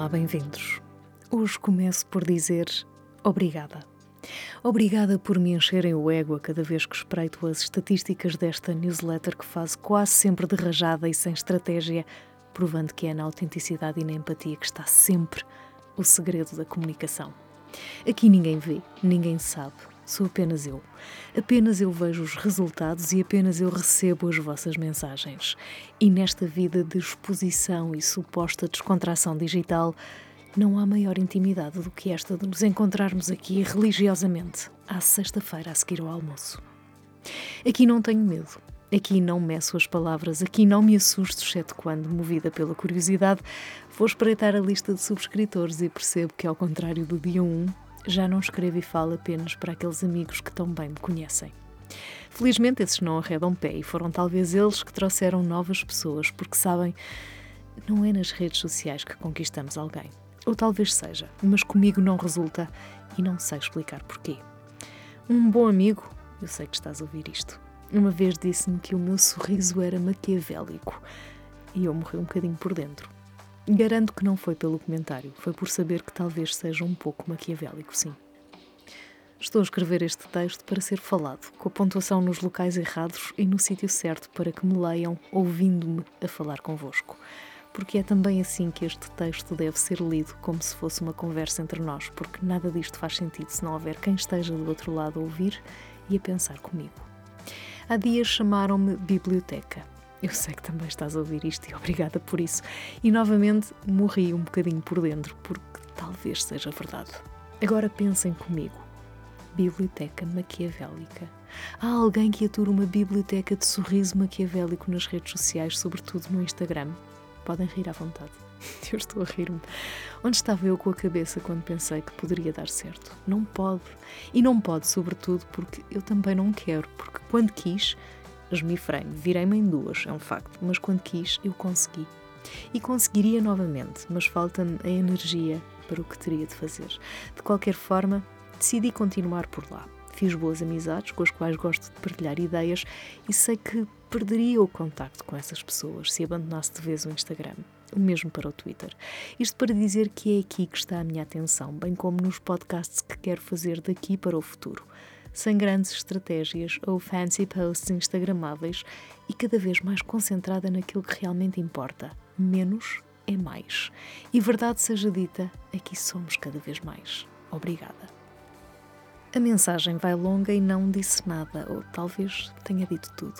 Olá, bem-vindos. Hoje começo por dizer obrigada. Obrigada por me encherem o ego a cada vez que espreito as estatísticas desta newsletter que faço quase sempre de rajada e sem estratégia, provando que é na autenticidade e na empatia que está sempre o segredo da comunicação. Aqui ninguém vê, ninguém sabe, sou apenas eu. Apenas eu vejo os resultados e apenas eu recebo as vossas mensagens. E nesta vida de exposição e suposta descontração digital, não há maior intimidade do que esta de nos encontrarmos aqui religiosamente, à sexta-feira a seguir ao almoço. Aqui não tenho medo, aqui não meço as palavras, aqui não me assusto, exceto quando, movida pela curiosidade, vou espreitar a lista de subscritores e percebo que, ao contrário do dia 1, já não escrevo e falo apenas para aqueles amigos que tão bem me conhecem. Felizmente esses não arredam pé e foram talvez eles que trouxeram novas pessoas, porque sabem, não é nas redes sociais que conquistamos alguém. Ou talvez seja, mas comigo não resulta e não sei explicar porquê. Um bom amigo, eu sei que estás a ouvir isto, uma vez disse-me que o meu sorriso era maquiavélico e eu morri um bocadinho por dentro. Garanto que não foi pelo comentário, foi por saber que talvez seja um pouco maquiavélico, sim. Estou a escrever este texto para ser falado, com a pontuação nos locais errados e no sítio certo para que me leiam ouvindo-me a falar convosco. Porque é também assim que este texto deve ser lido, como se fosse uma conversa entre nós, porque nada disto faz sentido se não houver quem esteja do outro lado a ouvir e a pensar comigo. Há dias chamaram-me biblioteca. Eu sei que também estás a ouvir isto e obrigada por isso. E novamente morri um bocadinho por dentro, porque talvez seja verdade. Agora pensem comigo. Biblioteca maquiavélica. Há alguém que atura uma biblioteca de sorriso maquiavélico nas redes sociais, sobretudo no Instagram? Podem rir à vontade. Eu estou a rir-me. Onde estava eu com a cabeça quando pensei que poderia dar certo? Não pode. E não pode, sobretudo, porque eu também não quero. Porque quando quis, esmifrei-me, virei-me em duas, é um facto. Mas quando quis, eu consegui. E conseguiria novamente, mas falta-me a energia para o que teria de fazer. De qualquer forma, decidi continuar por lá. Fiz boas amizades com as quais gosto de partilhar ideias e sei que perderia o contacto com essas pessoas se abandonasse de vez o Instagram. O mesmo para o Twitter. Isto para dizer que é aqui que está a minha atenção, bem como nos podcasts que quero fazer daqui para o futuro. Sem grandes estratégias ou fancy posts instagramáveis e cada vez mais concentrada naquilo que realmente importa. Menos é mais. E verdade seja dita, aqui somos cada vez mais. Obrigada. A mensagem vai longa e não disse nada, ou talvez tenha dito tudo.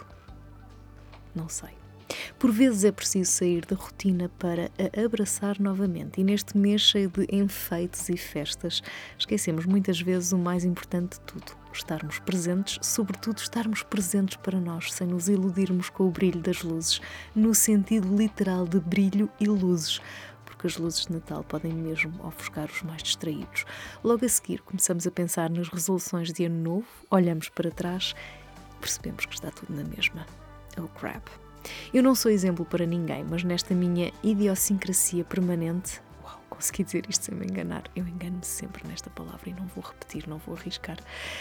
Não sei. Por vezes é preciso sair da rotina para a abraçar novamente, e neste mês cheio de enfeites e festas, esquecemos muitas vezes o mais importante de tudo, estarmos presentes, sobretudo estarmos presentes para nós, sem nos iludirmos com o brilho das luzes, no sentido literal de brilho e luzes, porque as luzes de Natal podem mesmo ofuscar os mais distraídos. Logo a seguir começamos a pensar nas resoluções de ano novo, olhamos para trás e percebemos que está tudo na mesma. Oh crap! Eu não sou exemplo para ninguém, mas nesta minha idiosincrasia permanente, consegui dizer isto sem me enganar, eu engano-me sempre nesta palavra e não vou repetir, não vou arriscar.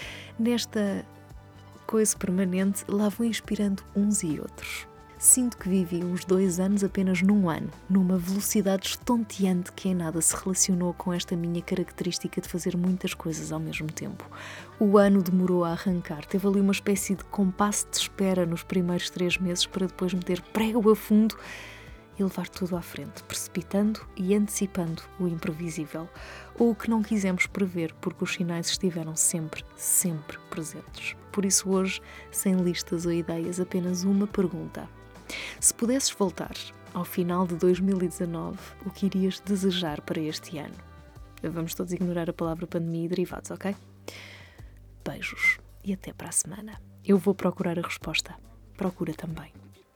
Nesta coisa permanente, lá vou inspirando uns e outros. Sinto que vivi os 2 anos apenas num ano, numa velocidade estonteante que em nada se relacionou com esta minha característica de fazer muitas coisas ao mesmo tempo. O ano demorou a arrancar, teve ali uma espécie de compasso de espera nos primeiros 3 meses para depois meter prego a fundo e levar tudo à frente, precipitando e antecipando o imprevisível, ou o que não quisemos prever, porque os sinais estiveram sempre, sempre presentes. Por isso hoje, sem listas ou ideias, apenas uma pergunta. Se pudesses voltar ao final de 2019, o que irias desejar para este ano? Vamos todos ignorar a palavra pandemia e derivados, ok? Beijos e até para a semana. Eu vou procurar a resposta. Procura também.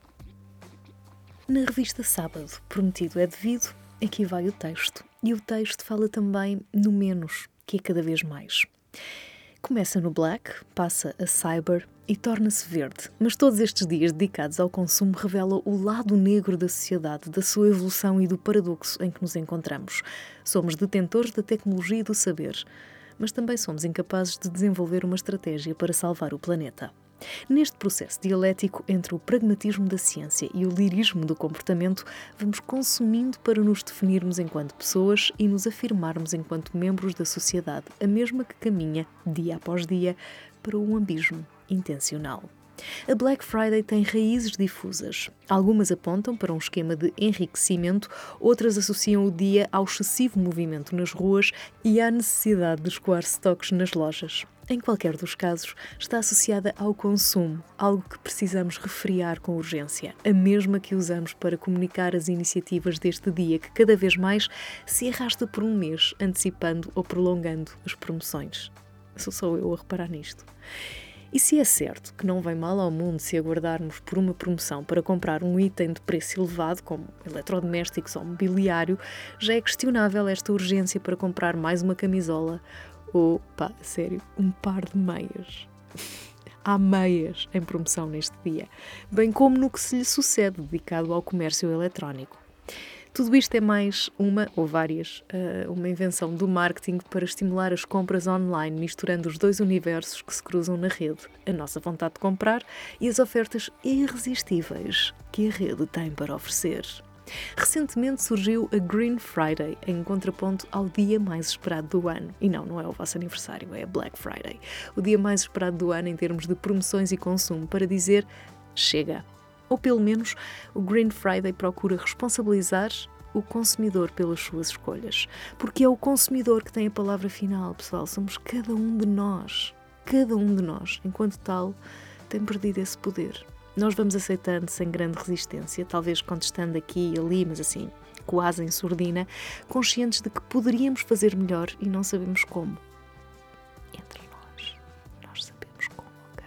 Na revista Sábado, Prometido é Devido, aqui vai o texto. E o texto fala também no menos, que é cada vez mais. Começa no black, passa a cyber e torna-se verde, mas todos estes dias dedicados ao consumo revelam o lado negro da sociedade, da sua evolução e do paradoxo em que nos encontramos. Somos detentores da tecnologia e do saber, mas também somos incapazes de desenvolver uma estratégia para salvar o planeta. Neste processo dialético entre o pragmatismo da ciência e o lirismo do comportamento, vamos consumindo para nos definirmos enquanto pessoas e nos afirmarmos enquanto membros da sociedade, a mesma que caminha, dia após dia, para um abismo intencional. A Black Friday tem raízes difusas. Algumas apontam para um esquema de enriquecimento, outras associam o dia ao excessivo movimento nas ruas e à necessidade de escoar estoques nas lojas. Em qualquer dos casos, está associada ao consumo, algo que precisamos refriar com urgência, a mesma que usamos para comunicar as iniciativas deste dia que cada vez mais se arrasta por um mês, antecipando ou prolongando as promoções. Sou só eu a reparar nisto. E se é certo que não vem mal ao mundo se aguardarmos por uma promoção para comprar um item de preço elevado, como eletrodomésticos ou mobiliário, já é questionável esta urgência para comprar mais uma camisola ou, sério, um par de meias. Há meias em promoção neste dia, bem como no que se lhe sucede, dedicado ao comércio eletrónico. Tudo isto é mais uma invenção do marketing para estimular as compras online, misturando os dois universos que se cruzam na rede, a nossa vontade de comprar e as ofertas irresistíveis que a rede tem para oferecer. Recentemente surgiu a Green Friday, em contraponto ao dia mais esperado do ano. E não é o vosso aniversário, é a Black Friday. O dia mais esperado do ano em termos de promoções e consumo, para dizer chega. Ou pelo menos o Green Friday procura responsabilizar o consumidor pelas suas escolhas. Porque é o consumidor que tem a palavra final, pessoal. Somos cada um de nós. Cada um de nós, enquanto tal, tem perdido esse poder. Nós vamos aceitando sem grande resistência, talvez contestando aqui e ali, mas assim, quase em surdina, conscientes de que poderíamos fazer melhor e não sabemos como. Entre nós sabemos como, ok?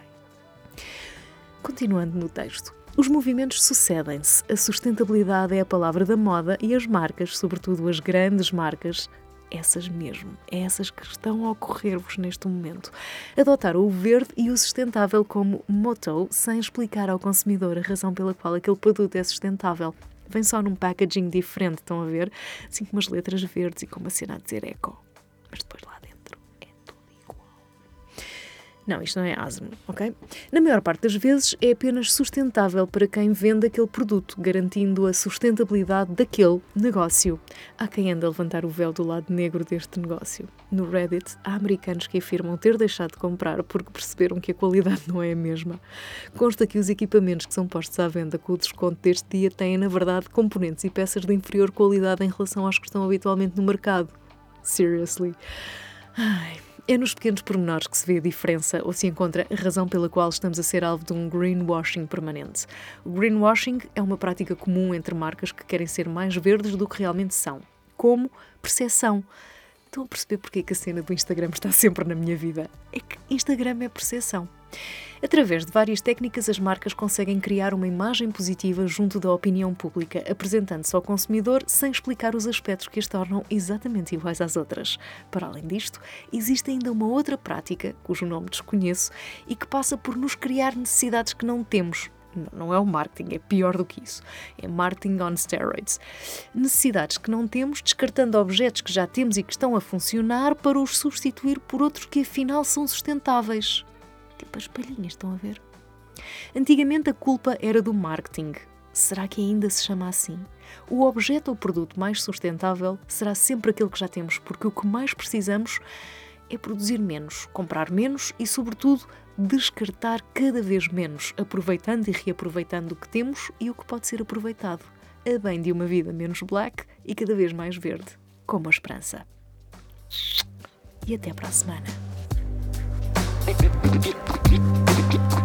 Continuando no texto. Os movimentos sucedem-se, a sustentabilidade é a palavra da moda e as marcas, sobretudo as grandes marcas, essas mesmo, essas que estão a ocorrer-vos neste momento, adotaram o verde e o sustentável como motto, sem explicar ao consumidor a razão pela qual aquele produto é sustentável. Vem só num packaging diferente, estão a ver? Assim com umas letras verdes e com uma cena a dizer eco. Mas depois lá dentro é tudo igual. Não, isto não é asmo, ok? Na maior parte das vezes é apenas sustentável para quem vende aquele produto, garantindo a sustentabilidade daquele negócio. Há quem anda a levantar o véu do lado negro deste negócio. No Reddit, há americanos que afirmam ter deixado de comprar porque perceberam que a qualidade não é a mesma. Consta que os equipamentos que são postos à venda com o desconto deste dia têm, na verdade, componentes e peças de inferior qualidade em relação aos que estão habitualmente no mercado. Seriously. É nos pequenos pormenores que se vê a diferença ou se encontra a razão pela qual estamos a ser alvo de um greenwashing permanente. O greenwashing é uma prática comum entre marcas que querem ser mais verdes do que realmente são. Como percepção. Estão a perceber porque é que a cena do Instagram está sempre na minha vida? É que Instagram é percepção. Através de várias técnicas, as marcas conseguem criar uma imagem positiva junto da opinião pública, apresentando-se ao consumidor sem explicar os aspectos que as tornam exatamente iguais às outras. Para além disto, existe ainda uma outra prática, cujo nome desconheço, e que passa por nos criar necessidades que não temos. Não é o marketing, é pior do que isso. É marketing on steroids. Necessidades que não temos, descartando objetos que já temos e que estão a funcionar para os substituir por outros que afinal são sustentáveis. Tipo as palhinhas, estão a ver? Antigamente a culpa era do marketing. Será que ainda se chama assim? O objeto ou produto mais sustentável será sempre aquele que já temos, porque o que mais precisamos é produzir menos, comprar menos e, sobretudo, descartar cada vez menos, aproveitando e reaproveitando o que temos e o que pode ser aproveitado, a bem de uma vida menos black e cada vez mais verde, como a esperança. E até para a semana.